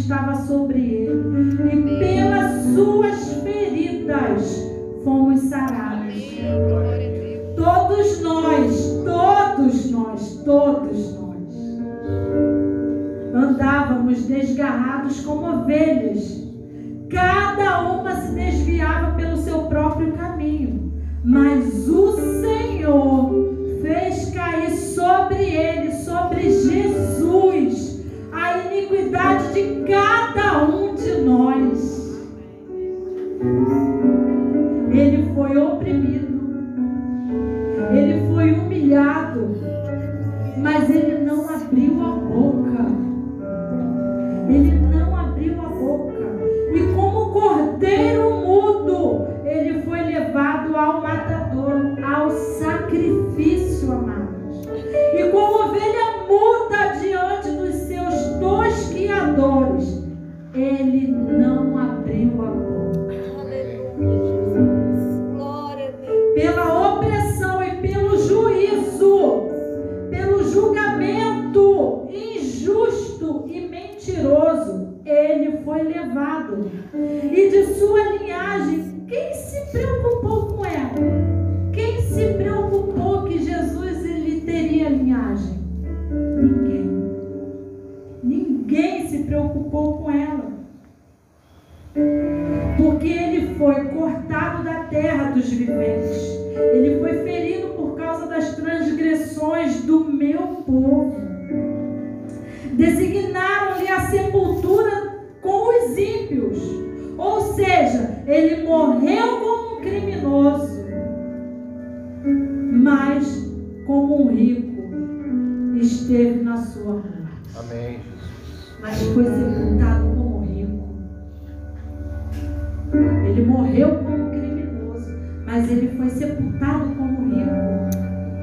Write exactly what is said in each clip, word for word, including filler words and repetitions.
estava sobre ele, e pelas suas feridas fomos sarados. Todos nós, todos nós, todos nós andávamos desgarrados como ovelhas, cada uma se desviava pelo seu próprio caminho, mas o Senhor fez cair sobre ele, sobre Jesus, a iniquidade de cada um de nós. Ele foi oprimido, ele foi humilhado, mas ele não abriu a boca. Ele não abriu a boca. E como cordeiro mudo, ele foi levado ao matadouro, ao sacrifício, amados. E como ovelha muda diante dos seus tosquiadores, ele não abriu a boca. Pela opressão e pelo juízo, pelo julgamento injusto e mentiroso, ele foi levado. E de sua linhagem, quem se preocupou com ela? Quem se preocupou que Jesus ele teria linhagem? Ninguém. Ninguém se preocupou com ela. Porque ele foi cortado da terra dos viventes. Ele foi ferido por causa das transgressões do meu povo. Designaram-lhe a sepultura com os ímpios. Ou seja, ele morreu como um criminoso, mas como um rico esteve na sua morte. Amém, Jesus. Mas foi sepultado como rico. Ele morreu como criminoso, mas ele foi sepultado como rico.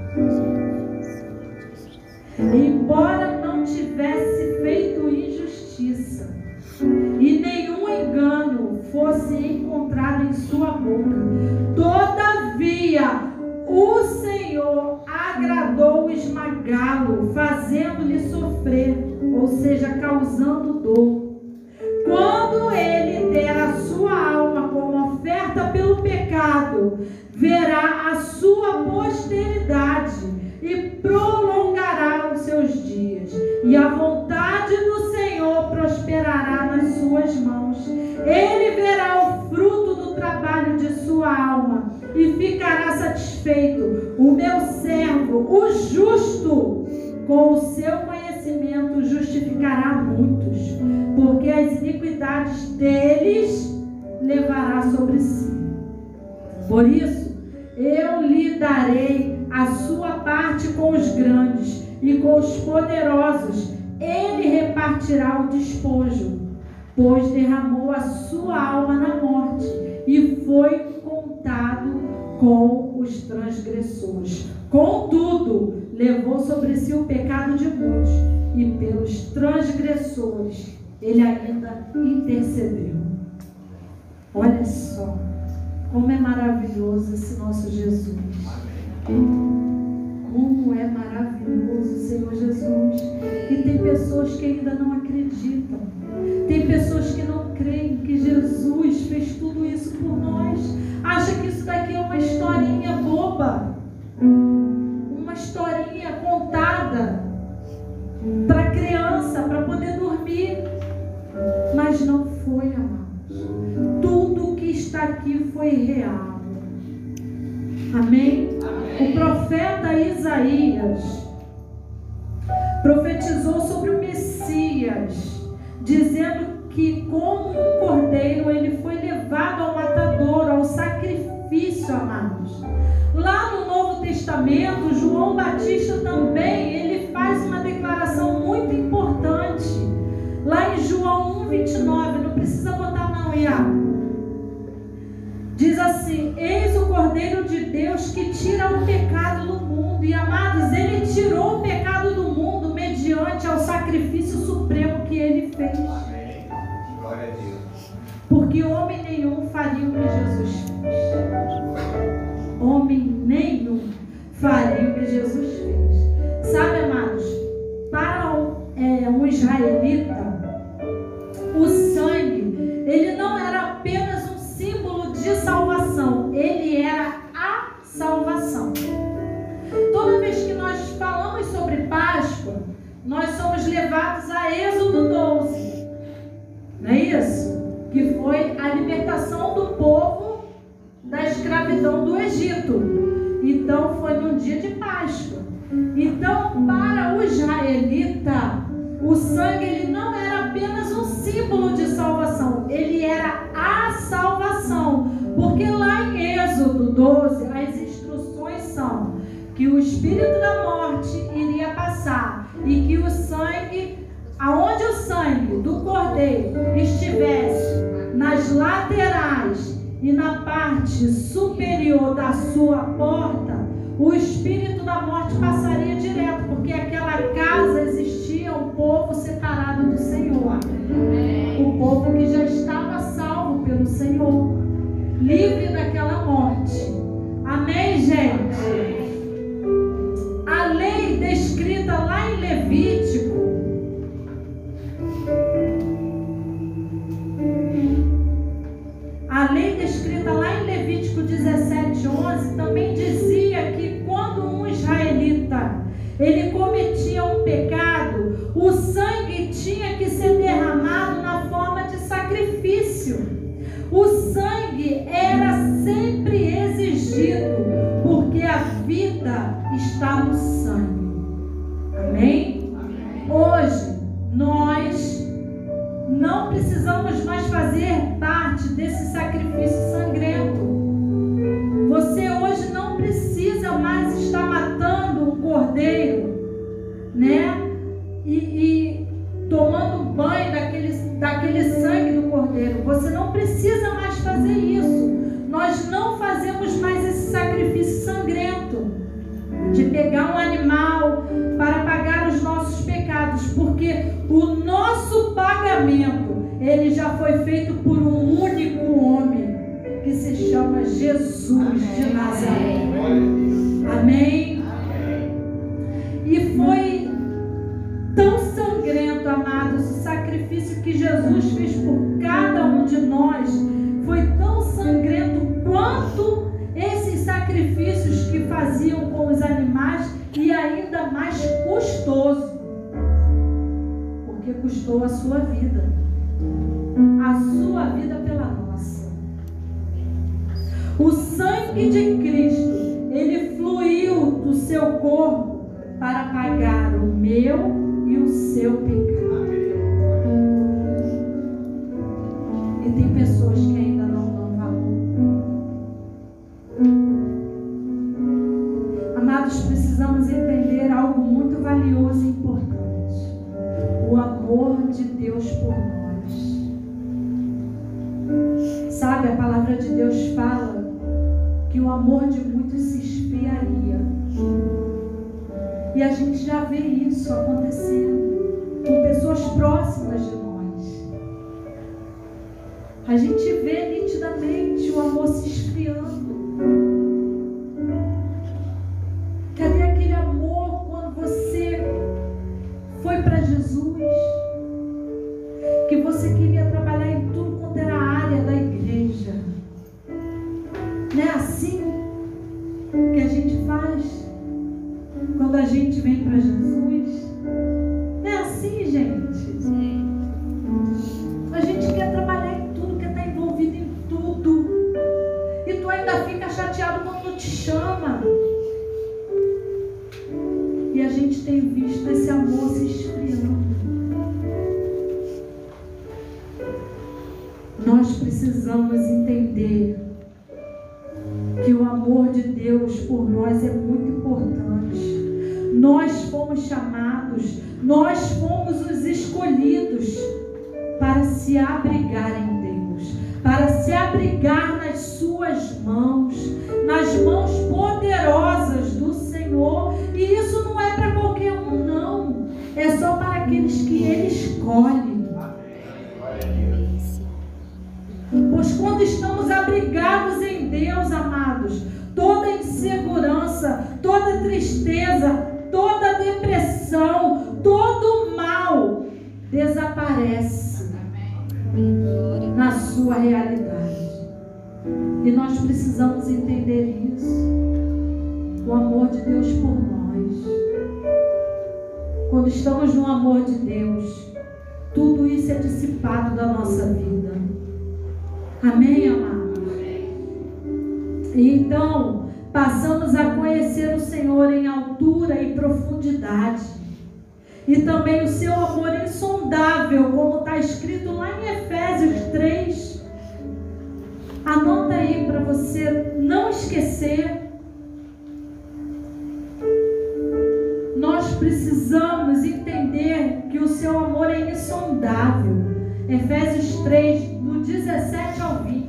Embora não tivesse feito injustiça e nenhum engano fosse encontrado em sua boca, todavia o Senhor agradou esmagá-lo, fazendo-lhe sofrer, ou seja, causando dor. Quando ele der a sua alma como oferta pelo pecado, verá a sua posteridade e prolongará os seus dias, e a vontade do Senhor prosperará nas suas mãos. Ele verá o fruto do trabalho de sua alma e ficará satisfeito. O meu servo, o justo, com o seu conhecimento justificará muitos, porque as iniquidades deles levará sobre si. Por isso, eu lhe darei a sua parte com os grandes e com os poderosos. Ele repartirá o despojo, pois derramou a sua alma na morte e foi contado com os transgressores. Contudo, levou sobre si o pecado de muitos, e pelos transgressores ele ainda intercedeu. Olha só como é maravilhoso esse nosso Jesus. Como é maravilhoso o Senhor Jesus. E tem pessoas que ainda não acreditam. Tem pessoas que não creem que Jesus fez tudo isso por nós. Acha que isso daqui é uma historinha boba, uma historinha contada para criança, para poder dormir. Mas não foi, amados. Tudo que está aqui foi real. Amém? Amém. O profeta Isaías profetizou sobre o Messias, dizendo que como um cordeiro ele foi levado ao matadouro, ao sacrifício, amados. Lá no Novo Testamento, João Batista também, ele faz uma declaração muito importante. Lá em João um, vinte e nove, não precisa botar não, Iago. Diz assim: eis o Cordeiro de Deus que tira o pecado do mundo. E amados, ele tirou o pecado do mundo mediante ao sacrifício supremo que ele fez. Amém. Glória a Deus. Porque homem nenhum faria o que Jesus fez. Homem nenhum faria o que Jesus fez. Sabe, amados, para um, é, um israelita, o nós somos levados a Êxodo doze. Não é isso? Que foi a libertação do povo da escravidão do Egito. Então foi num dia de Páscoa. Então, para o israelita, o sangue ele não era apenas um símbolo de salvação, ele era a salvação. Porque lá em Êxodo doze, as instruções são que o espírito da morte iria passar e que o sangue, aonde o sangue do cordeiro estivesse nas laterais e na parte superior da sua porta, o espírito da morte passaria direto, porque aquela casa existia um povo separado do Senhor, o povo que já estava salvo pelo Senhor, livre daquela morte. Amém, gente? A lei descrita lá em Levítico, a lei descrita lá em Levítico dezessete, onze, também dizia que quando um israelita ele cometia um pecado, o sangue tinha que ser derramado na forma de sacrifício. O sangue era sempre exigido, porque a vida está no sangue. Amém? Amém. Hoje, nós não precisamos mais fazer parte desse sacrifício sangrento. Você hoje não precisa mais estar matando o cordeiro, né? E, e tomando banho daquele, daquele sangue do cordeiro. Você não precisa mais fazer isso. Nós não fazemos mais esse sacrifício sangrento de pegar um animal para pagar os nossos pecados, porque o nosso pagamento ele já foi feito por um único homem que se chama Jesus Amém. De Nazaré. Amém. Amém. E foi tão sangrento, amados, o sacrifício que Jesus fez por cada um de nós foi tão sangrento quanto esses sacrifícios que faziam com os animais, e ainda mais custoso, porque custou a sua vida, a sua vida pela nossa. O sangue de Cristo, ele fluiu do seu corpo para pagar o meu e o seu pecado. E tem pessoas que ainda não dão valor. Amados, precisamos entender algo muito valioso e importante: o amor de Deus por nós. Sabe, a palavra de Deus fala que o amor de muitos se esfriaria. E a gente já vê isso acontecendo com pessoas próximas de nós. A gente vê nitidamente o amor se esfriando. Cadê aquele amor quando você foi para Jesus? Que você queria trabalhar em tudo quanto era a área da igreja. Não é assim que a gente faz quando a gente vem para Jesus? Não é assim, gente? Sim. A gente quer trabalhar em tudo, quer estar envolvido em tudo. E tu ainda fica chateado quando não te chama. E a gente tem visto esse amor se esfriando. Nós precisamos entender que o amor de Deus por nós é muito importante. Nós fomos chamados, nós fomos os escolhidos para se abrigar em Deus, para se abrigar nas suas mãos, nas mãos poderosas do Senhor. E isso não é para qualquer um, não. É só para aqueles que Ele escolhe. Pois quando estamos abrigados em Deus, amados, toda insegurança, toda tristeza, toda depressão, todo mal desaparece na sua realidade. E nós precisamos entender isso. O amor de Deus por nós. Quando quando estamos no amor de Deus, tudo isso é dissipado da nossa vida. Amém, amados? E então, passamos a conhecer o Senhor em altura e profundidade. E também o seu amor insondável, como está escrito lá em Efésios três. Anota aí para você não esquecer. Nós precisamos entender que o seu amor é insondável. Efésios três, do dezessete ao vinte.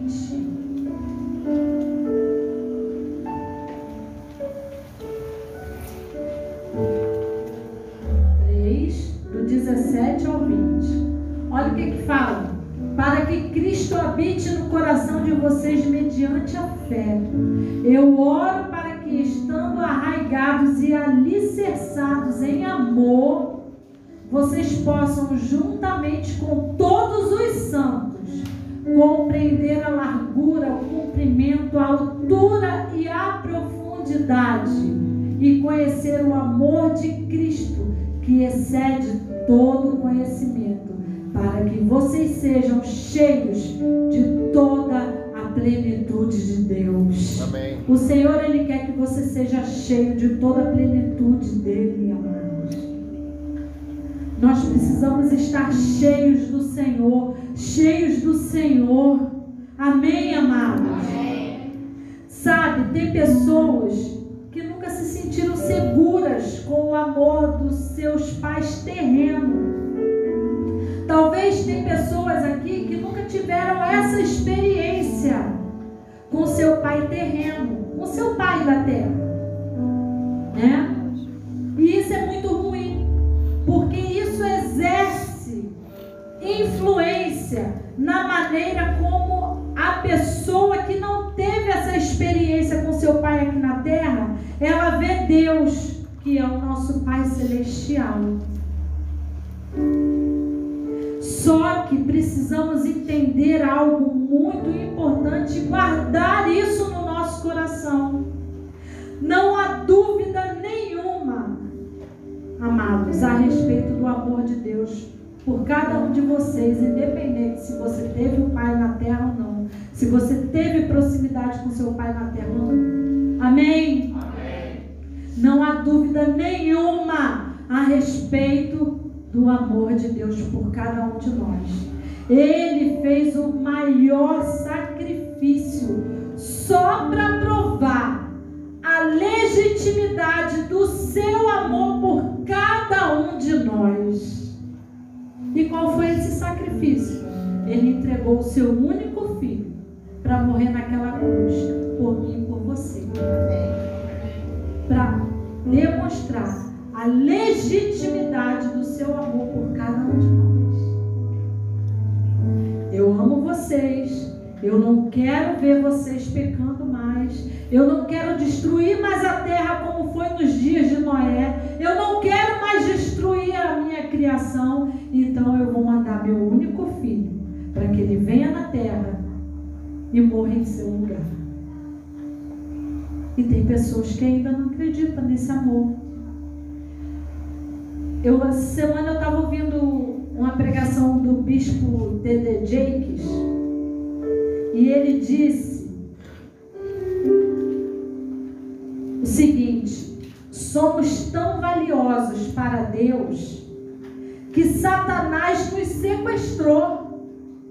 três, do dezessete ao vinte. Olha o que que fala. Para que Cristo habite no coração de vocês mediante a fé. Eu oro para que, estando arraigados e alicerçados em amor, vocês possam, juntamente com todos os santos, compreender a largura, o comprimento, a altura e a profundidade, e conhecer o amor de Cristo, que excede todo conhecimento, para que vocês sejam cheios de toda a plenitude de Deus. Amém. O Senhor, Ele quer que você seja cheio de toda a plenitude dEle, amados. Nós precisamos estar cheios do Senhor, cheios do Senhor. Amém, amados? Amém. Sabe, tem pessoas que nunca se sentiram seguras com o amor dos seus pais terrenos. Talvez tem pessoas aqui que nunca tiveram essa experiência com seu pai terreno, com seu pai da terra, né? E isso é muito ruim, porque isso exerce influência na maneira como a pessoa que não teve essa experiência com seu pai aqui na terra, ela vê Deus, que é o nosso Pai Celestial. Só que precisamos entender algo muito importante e guardar isso no nosso coração. Não há dúvida nenhuma, amados, a respeito do amor de Deus por cada um de vocês, independente se você teve um pai na terra ou não, se você teve proximidade com seu pai na terra ou não. Amém? Amém. Não há dúvida nenhuma a respeito do amor de Deus por cada um de nós. Ele fez o maior sacrifício só para provar a legitimidade do seu amor por cada um de nós. E qual foi esse sacrifício? Ele entregou o seu único filho para morrer naquela cruz por mim e por você, para demonstrar a legitimidade do seu amor por cada um de nós. Eu amo vocês, eu não quero ver vocês pecando mais, eu não quero destruir mais a terra como foi nos dias de Noé, eu não quero mais destruir a minha criação, então eu vou mandar meu único filho para que ele venha na terra e morra em seu lugar. E tem pessoas que ainda não acreditam nesse amor. Eu, essa semana eu estava ouvindo uma pregação do bispo T D Jakes, e ele disse o seguinte: somos tão valiosos para Deus que Satanás nos sequestrou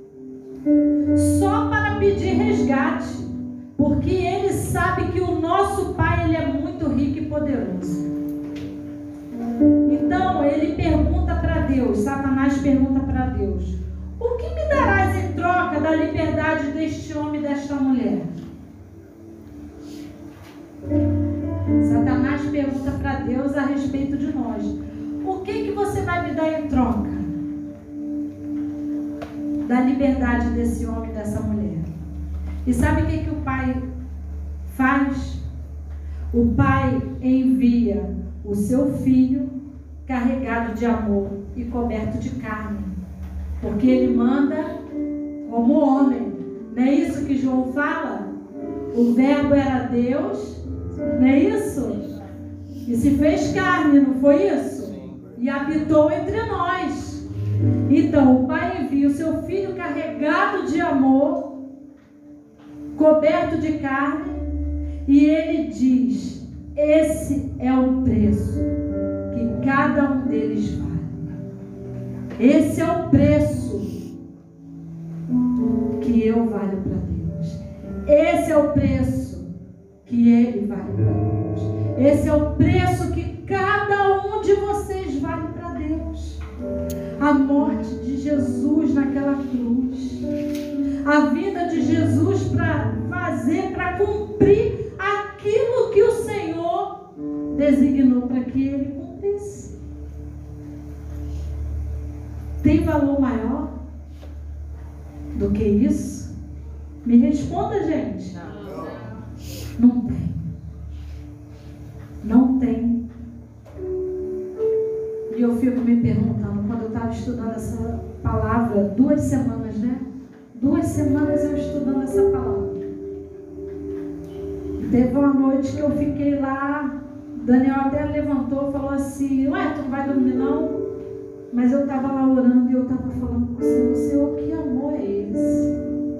só para pedir resgate, porque ele sabe que o nosso Pai, ele é muito rico e poderoso. Então ele pergunta para Deus, Satanás pergunta para Deus: o que me darás em troca da liberdade deste homem e desta mulher? Satanás pergunta para Deus a respeito de nós: o que que você vai me dar em troca da liberdade desse homem e dessa mulher? E sabe o que que o Pai faz? O Pai envia o seu filho carregado de amor e coberto de carne, porque ele manda como homem. Não é isso que João fala? O verbo era Deus, não é isso? E se fez carne, não foi isso? e habitou entre nós. Então o Pai envia o seu Filho carregado de amor, coberto de carne, e ele diz: esse é o preço que cada um deles vale. Esse é o preço que eu valho para Deus. Esse é o preço que ele vale para Deus. Esse é o preço que cada um de vocês vale para Deus. A morte de Jesus naquela cruz, a vida de Jesus para fazer, para cumprir aquilo que o Senhor designou para que ele cumprisse. Tem valor maior do que isso? Me responda, gente. Não, não tem. Não tem. E eu fico me perguntando, quando eu estava estudando essa palavra, duas semanas, né? Duas semanas eu estudando essa palavra. Teve uma noite que eu fiquei lá, Daniel até levantou e falou assim: ué, tu não vai dormir não? Mas eu estava lá orando e eu estava falando com o Senhor: Senhor, que amor é esse?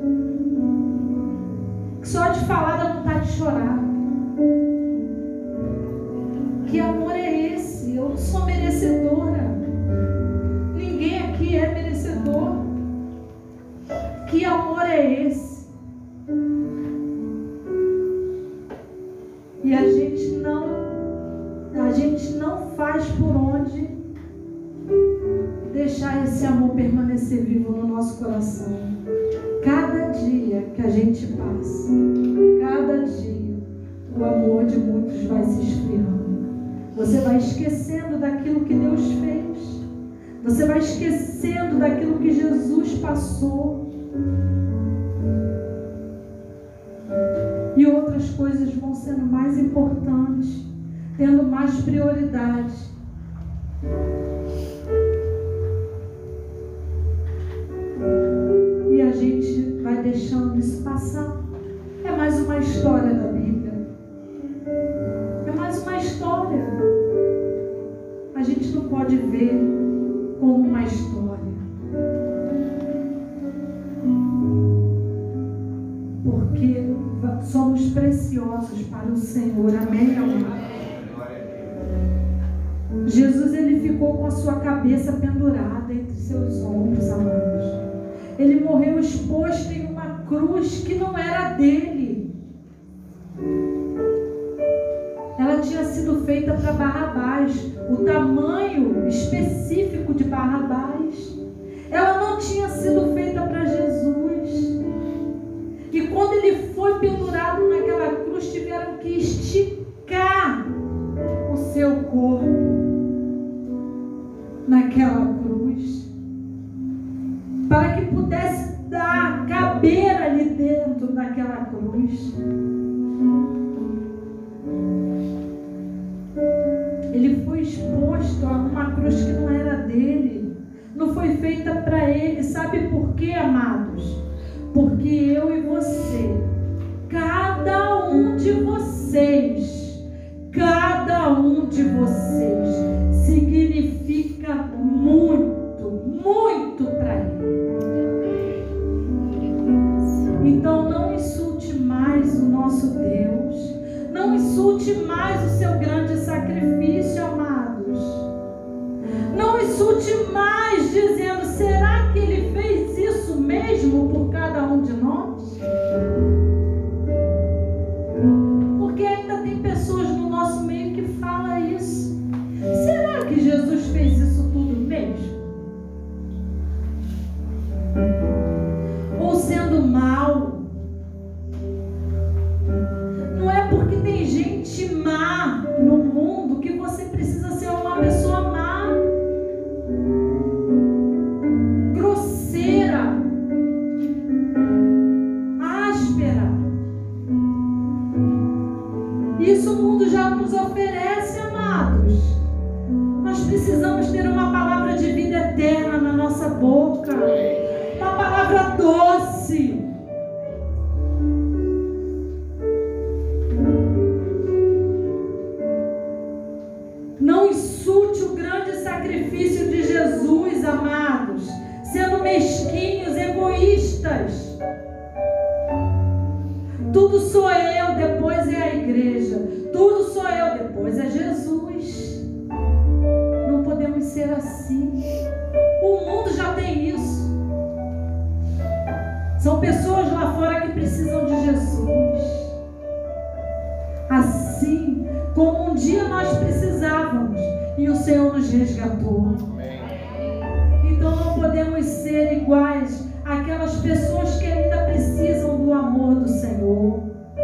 Só de falar dá vontade de chorar. Que amor é esse? Eu não sou merecedora. Ninguém aqui é merecedor. Que amor é esse? E a gente não, a gente não faz por onde deixar esse amor permanecer vivo no nosso coração. Cada dia que a gente passa, cada dia, o amor de muitos vai se esfriando. Você vai esquecendo daquilo que Deus fez. Você vai esquecendo daquilo que Jesus passou. E outras coisas vão sendo mais importantes, tendo mais prioridade. E a gente vai deixando isso passar. É mais uma história da Bíblia. É mais uma história. A gente não pode ver como uma história. Porque somos preciosos para o Senhor. Amém, amado? Jesus, ele ficou com a sua cabeça pendurada entre seus ombros, amados. Ele morreu exposto em uma cruz que não era dele. Ela tinha sido feita para Barrabás, o tamanho específico de Barrabás. Ela não tinha sido feita para Jesus. E quando ele foi pendurado naquela cruz, tiveram que esticar o seu corpo naquela cruz, para que pudesse dar, caber ali dentro daquela cruz. Ele foi exposto a uma cruz que não era dele, não foi feita para ele. Sabe por quê, amados? Porque eu e você, cada um de vocês, cada um de vocês significa muito, muito para ele. Então não insulte mais o nosso Deus, não insulte mais o seu grande sacrifício, amados. Não insulte mais dizendo: será que ele fez isso mesmo por cada um de nós? Porque ainda tem pessoas no nosso meio que falam isso. Será que Jesus fez isso tudo mesmo? Ou sendo mal? Não é porque tem gente má no mundo que você precisa ser uma pessoa má, grosseira, áspera. Isso o mundo já nos oferece, amados. Nós precisamos ter uma palavra de vida eterna na nossa boca, uma palavra doce. Não insulte o grande sacrifício de Jesus, amados, sendo mesquinhos, egoístas. Tudo sou eu, depois é a igreja. Tudo sou eu, depois é Jesus. Não podemos ser assim. O mundo já tem isso. São pessoas lá fora que precisam de Jesus. Assim como um dia nós precisávamos e o Senhor nos resgatou. Então não podemos ser iguais àquelas pessoas que ainda precisam do amor do Senhor.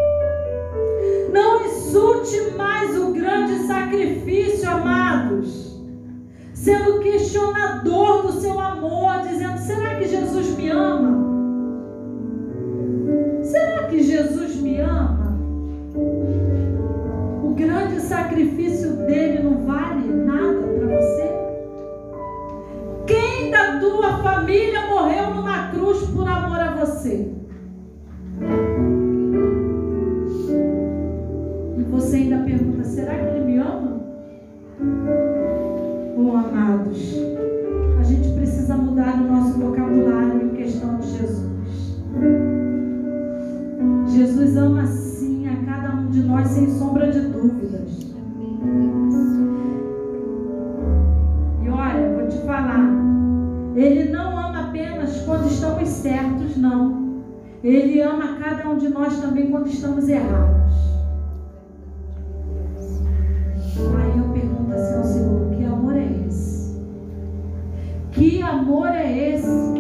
Não insulte mais o grande sacrifício, amados, sendo questionador do seu amor, dizendo: será que Jesus me ama? Será que Jesus me ama? O grande sacrifício dele não vale nada para você? Quem da tua família morreu numa cruz por amor a você? E você ainda pergunta: será que ele me ama? Oh, amados, a gente precisa mudar o nosso vocabulário em questão de Jesus. Jesus ama sim a cada um de nós, sem sombra de dúvidas. E olha, vou te falar, Ele não ama apenas quando estamos certos, não. Ele ama cada um de nós também quando estamos errados. Aí eu pergunto assim ao Senhor: que amor é esse? Que amor é esse?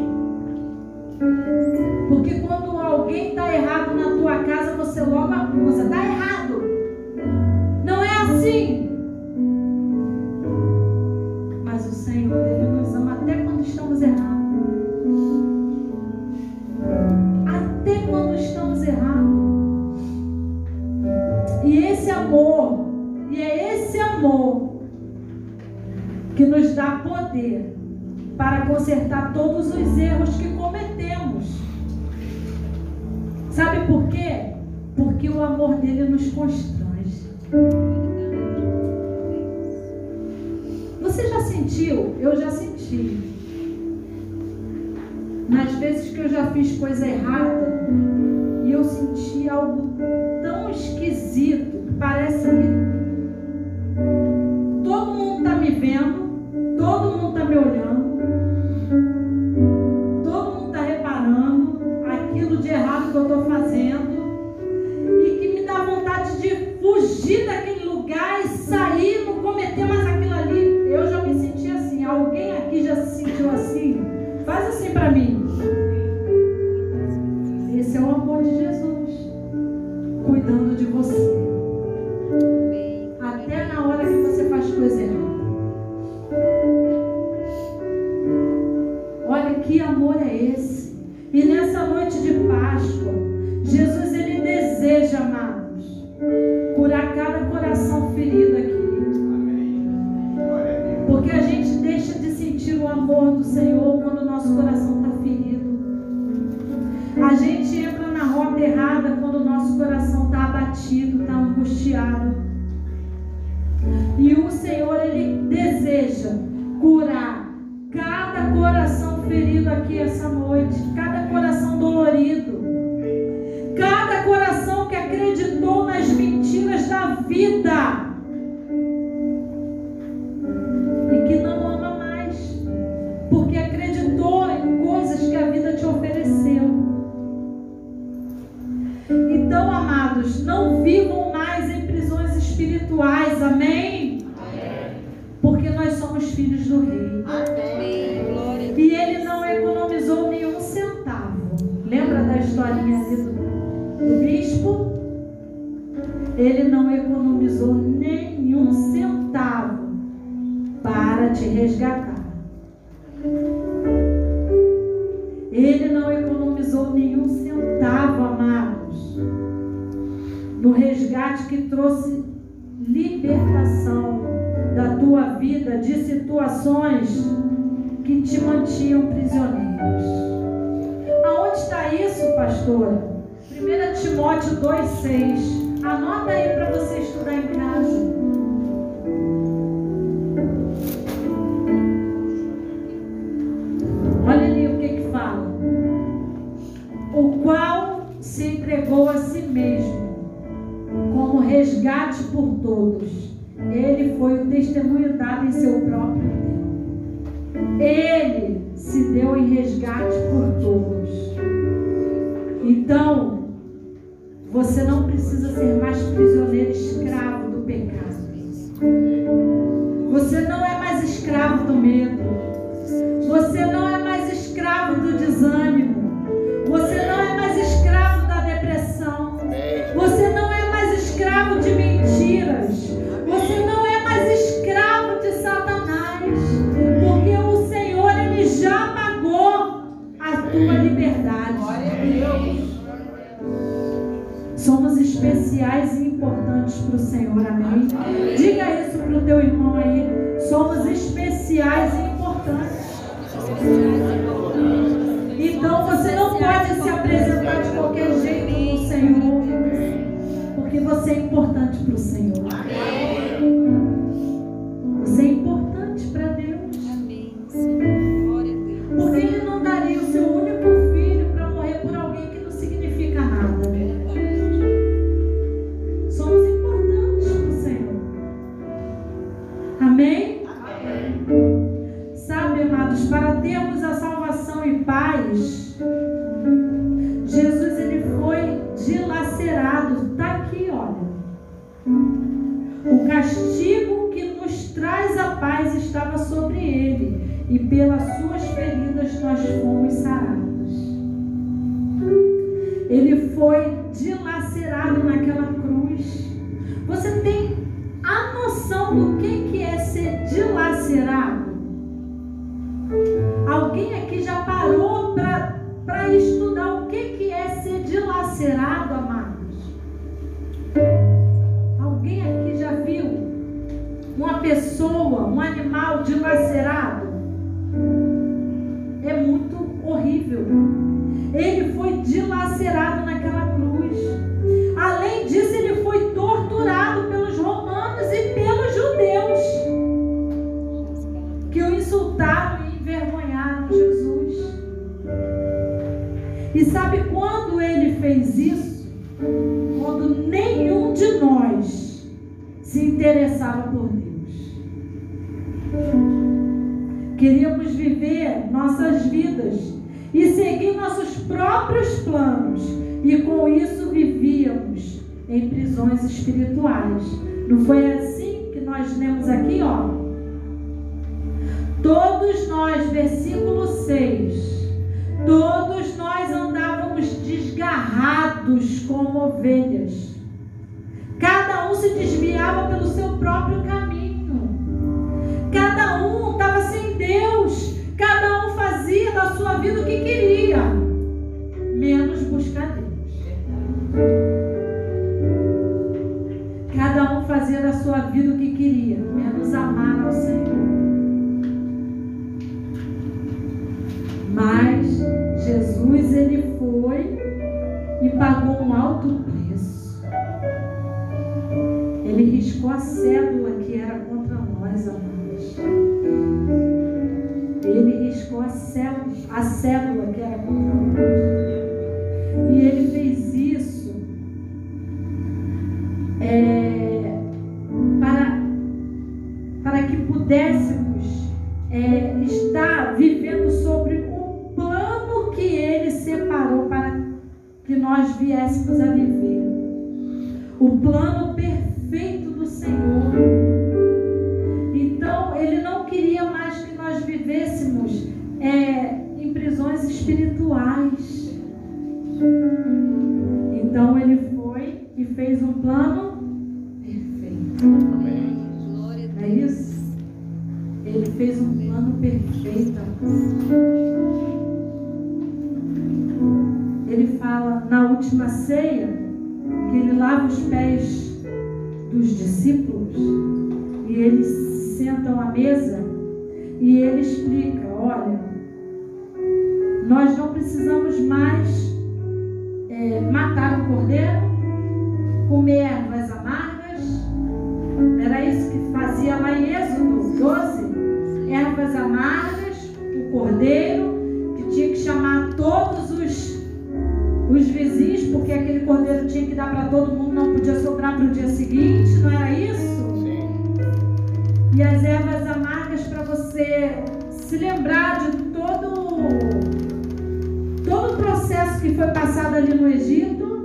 Porque quando alguém está errado na tua casa, você logo acusa: está errado. Não é assim. Mas o Senhor, Ele nos ama até quando estamos errados. Até quando estamos errados. E esse amor, e é esse amor que nos dá poder para consertar todos os erros que cometemos. Sabe por quê? Porque o amor dele nos constrange. Você já sentiu? Eu já senti. Nas vezes que eu já fiz coisa errada e eu senti algo tão esquisito que parece que todo mundo está me vendo, todo mundo está me olhando, todo mundo está reparando aquilo de errado que eu estou fazendo e que me dá vontade de fugir daquele lugar e sair, não cometer mais aquilo ali. Eu já me senti assim. Alguém aqui já se sentiu assim? Faz assim para mim. Esse é o amor de Jesus cuidando de você, até na hora que você faz coisa errada. Olha que amor é esse. E nessa noite de Páscoa, Jesus, Ele deseja, amados, curar cada coração ferido aqui. Porque a gente deixa de sentir o amor do Senhor quando o nosso coração está ferido. A gente entra na rota errada quando o nosso coração está abatido, está angustiado. E o Senhor, Ele deseja curar cada coração ferido aqui essa noite, cada coração dolorido, cada coração que acreditou nas mentiras da vida e que não ama mais, porque acreditou em coisas que a vida te ofereceu. Então, amados, não vivam mais em prisões espirituais, amém? Amém. Porque nós somos filhos do Rei. Amém. E Ele não economizou nenhum centavo. Lembra da historinha ali do, do bispo? Ele não economizou nenhum centavo para te resgatar. Ele não economizou nenhum centavo, amados, no resgate que trouxe libertação da tua vida de situações que te mantinham prisioneiros. Aonde está isso, pastora? primeira Timóteo dois, seis. Anota aí para você estudar em casa. seu próprio tempo. Ele se deu em resgate por todos. Então, você não precisa ser mais prisioneiro escravo do pecado. Você não é mais escravo do medo. Você não é mais escravo do desânimo. Você não é mais escravo da depressão. Você não é mais escravo de mentiras. Você não é mais escravo de Satanás. Porque o Senhor, Ele já pagou a tua liberdade. Glória a Deus. Somos especiais e importantes para o Senhor, amém? Diga isso para o teu irmão aí. Somos especiais e importantes. Então você não pode se apresentar de qualquer jeito no Senhor, porque você é importante para o Senhor. Você é importante para Deus. Porque Ele não daria o seu único filho para morrer por alguém que não significa nada. Somos importantes para o Senhor. Amém? Sabe, amados, para termos a salvação e paz, Jesus, Ele foi dilacerado. Está aqui, olha. O castigo que nos traz a paz estava sobre Ele, e pelas suas feridas nós fomos sarados. Ele foi dilacerado naquela cruz. Você tem a noção do que que é ser dilacerado? Alguém aqui já parou para estudar o que que é ser dilacerado, amados? Alguém aqui já viu uma pessoa, um animal dilacerado? É muito horrível. Ele foi dilacerado naquela cruz. Além disso, ele foi torturado pelos romanos e pelos judeus, que o insultaram e envergonharam Jesus. E sabe quando ele fez isso? Quando nenhum de nós se interessava por Deus. Queríamos viver nossas vidas e seguir nossos próprios planos, e com isso vivíamos em prisões espirituais. Não foi assim que nós lemos aqui, ó? Todos nós, versículo seis, todos nós andávamos desgarrados como ovelhas. Cada um se desviava pelo seu próprio caminho. Cada um estava sem Deus. Cada um fazia da sua vida o que queria, menos buscar Deus. Cada um fazia da sua vida o que queria, menos amar ao Senhor. Mas Jesus, Ele foi e pagou um alto preço. Ele riscou a cédula que era contra nós, amados. Ele riscou a cédula, a cédula que era contra nós. E Ele fez isso é, para, para que pudéssemos é, estar vivendo sobre o plano que Ele separou para que nós viéssemos a viver. O plano perfeito do Senhor. Então, Ele não queria mais que nós vivêssemos é, em prisões espirituais. Então, Ele foi e fez um plano perfeito. Amém. É isso? Ele fez um plano perfeito. Ele fala na última ceia que Ele lava os pés dos discípulos e eles sentam à mesa e Ele explica: olha, nós não precisamos mais é, matar o cordeiro, comer ervas amargas. Era isso que fazia lá em Êxodo doze, ervas amargas, o cordeiro, que tinha que chamar todos os, os vizinhos, porque aquele cordeiro tinha que dar para todo mundo, não podia sobrar para o dia seguinte, não era isso? Sim. E as ervas amargas lembrar de todo, todo o processo que foi passado ali no Egito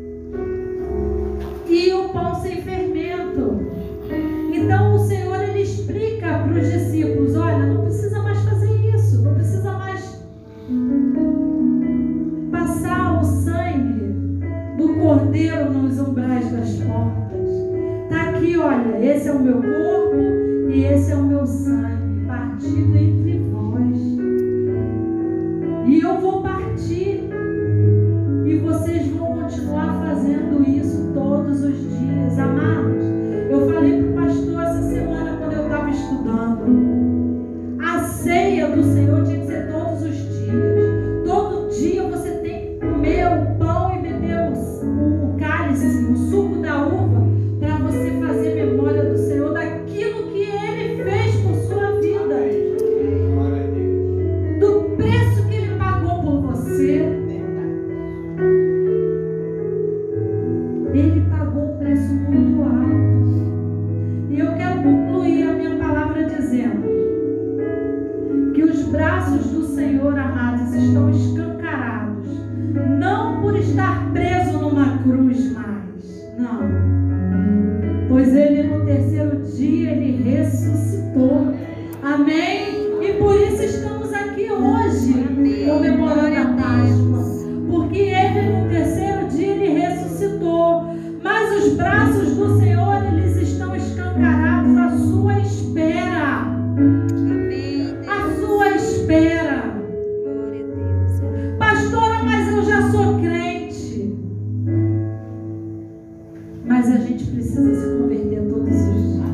e o pão sem fermento. Então o Senhor, ele explica para os discípulos: olha, não precisa mais fazer isso, não precisa mais passar o sangue do cordeiro nos umbrais das portas. Está aqui, olha, esse é o meu corpo e esse é o meu sangue, partido entre vós. E eu vou partir e vocês vão continuar fazendo isso todos os dias. Amados, eu falei para o pastor essa semana quando eu estava estudando, a ceia do Senhor tinha que ser todos os dias. Todo dia você tem que comer o pão e beber o, o cálice, o suco da uva, para você fazer memória do Senhor, daquilo que Ele fez por sua vida, do preço que Ele pagou por você. Ele pagou um preço muito alto. E eu quero concluir a minha palavra dizendo que os braços do Senhor, amados, estão escancarados, não por estar preso numa cruz mais, não, pois Ele no terceiro dia, Ele ressuscitou, amém? E por isso estamos aqui hoje, comemorando a Páscoa, porque Ele no terceiro dia, Ele ressuscitou, mas os braços do Senhor, eles estão escancarados à sua espera, à sua espera. Pastora, mas eu já sou crente. Mas a gente precisa se converter todos os dias.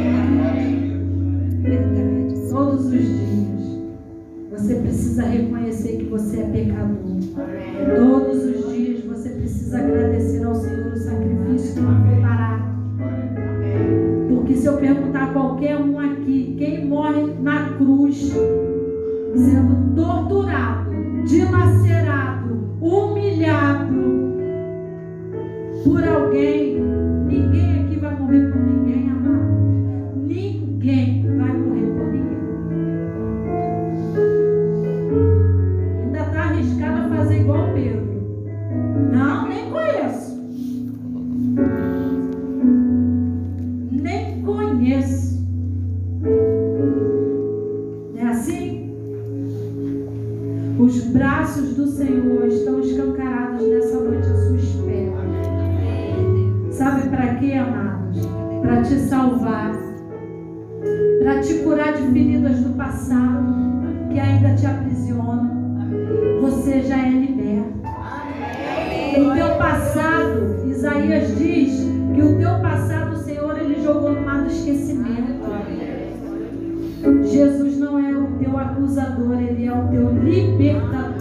Todos os dias. Você precisa reconhecer que você é pecador. Todos os dias você precisa agradecer ao Senhor o sacrifício que Ele preparado. Porque se eu perguntar a qualquer um aqui, quem morre na cruz, sendo torturado, dilacerado, humilhado por alguém, ninguém aqui vai morrer por ninguém, amado. Ninguém vai morrer por ninguém. Ainda está arriscado a fazer igual Pedro. Não, nem conheço. Nem conheço. É assim? Os braços do Senhor estão escancarados nessa noite à sua espera. Sabe para quê, amados? Para te salvar, para te curar de feridas do passado que ainda te aprisionam. Você já é liberto. O teu passado, Isaías diz que o teu passado, o Senhor, Ele jogou no mar do esquecimento. Jesus não é o teu acusador, Ele é o teu libertador.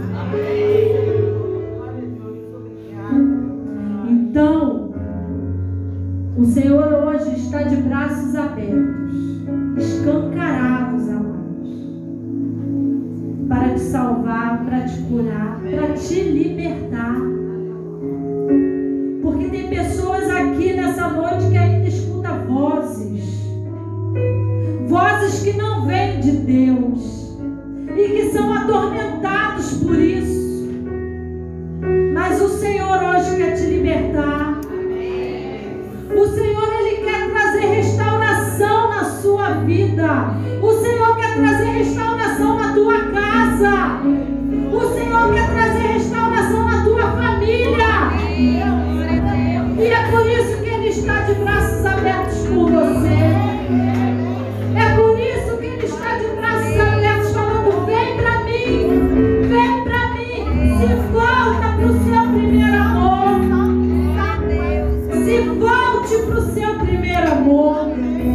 Então, o Senhor hoje está de braços abertos, escancarados, amados, para te salvar, para te curar, para te libertar. Porque tem pessoas aqui nessa noite que ainda escutam vozes, vozes que não vêm de Deus e que são atormentados por isso. Mas o Senhor hoje quer te libertar. O Senhor, Ele quer trazer restauração na sua vida. O Senhor quer trazer restauração na tua casa. O Senhor quer trazer restauração na tua família. E é por isso que Ele está de braços abertos por você. É por isso que Ele está de braços abertos falando: vem para mim, vem para mim. Se volta para o seu primeiro amor. Se volte para o seu primeiro amor.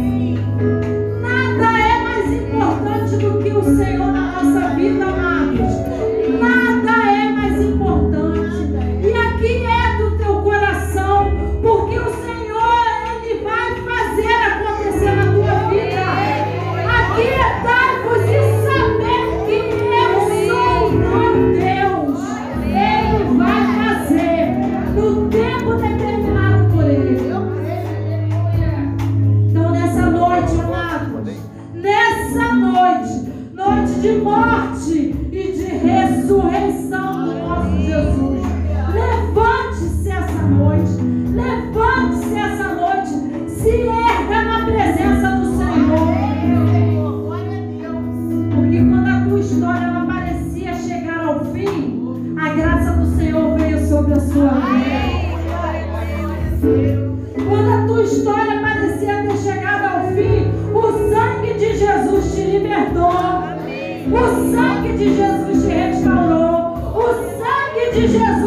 Nada é mais importante do que o Senhor na nossa vida, amados. Nada é mais importante. E aqui é do teu coração, porque o Senhor, Ele vai fazer acontecer na tua vida. Aqui é dar-vos e saber que eu sou o teu Deus. Ele vai fazer no tempo determinado por Ele. Então, nessa noite, amados, nessa noite, nós noite de morte e de ressurreição do nosso Jesus. Levante-se essa noite. Levante-se essa noite. Se erga na presença do Senhor. Porque quando a tua história ela parecia chegar ao fim, a graça do Senhor veio sobre a sua vida. Quando a tua história parecia ter chegado ao fim, o sangue de Jesus te libertou. O sangue de Jesus te restaurou. O sangue de Jesus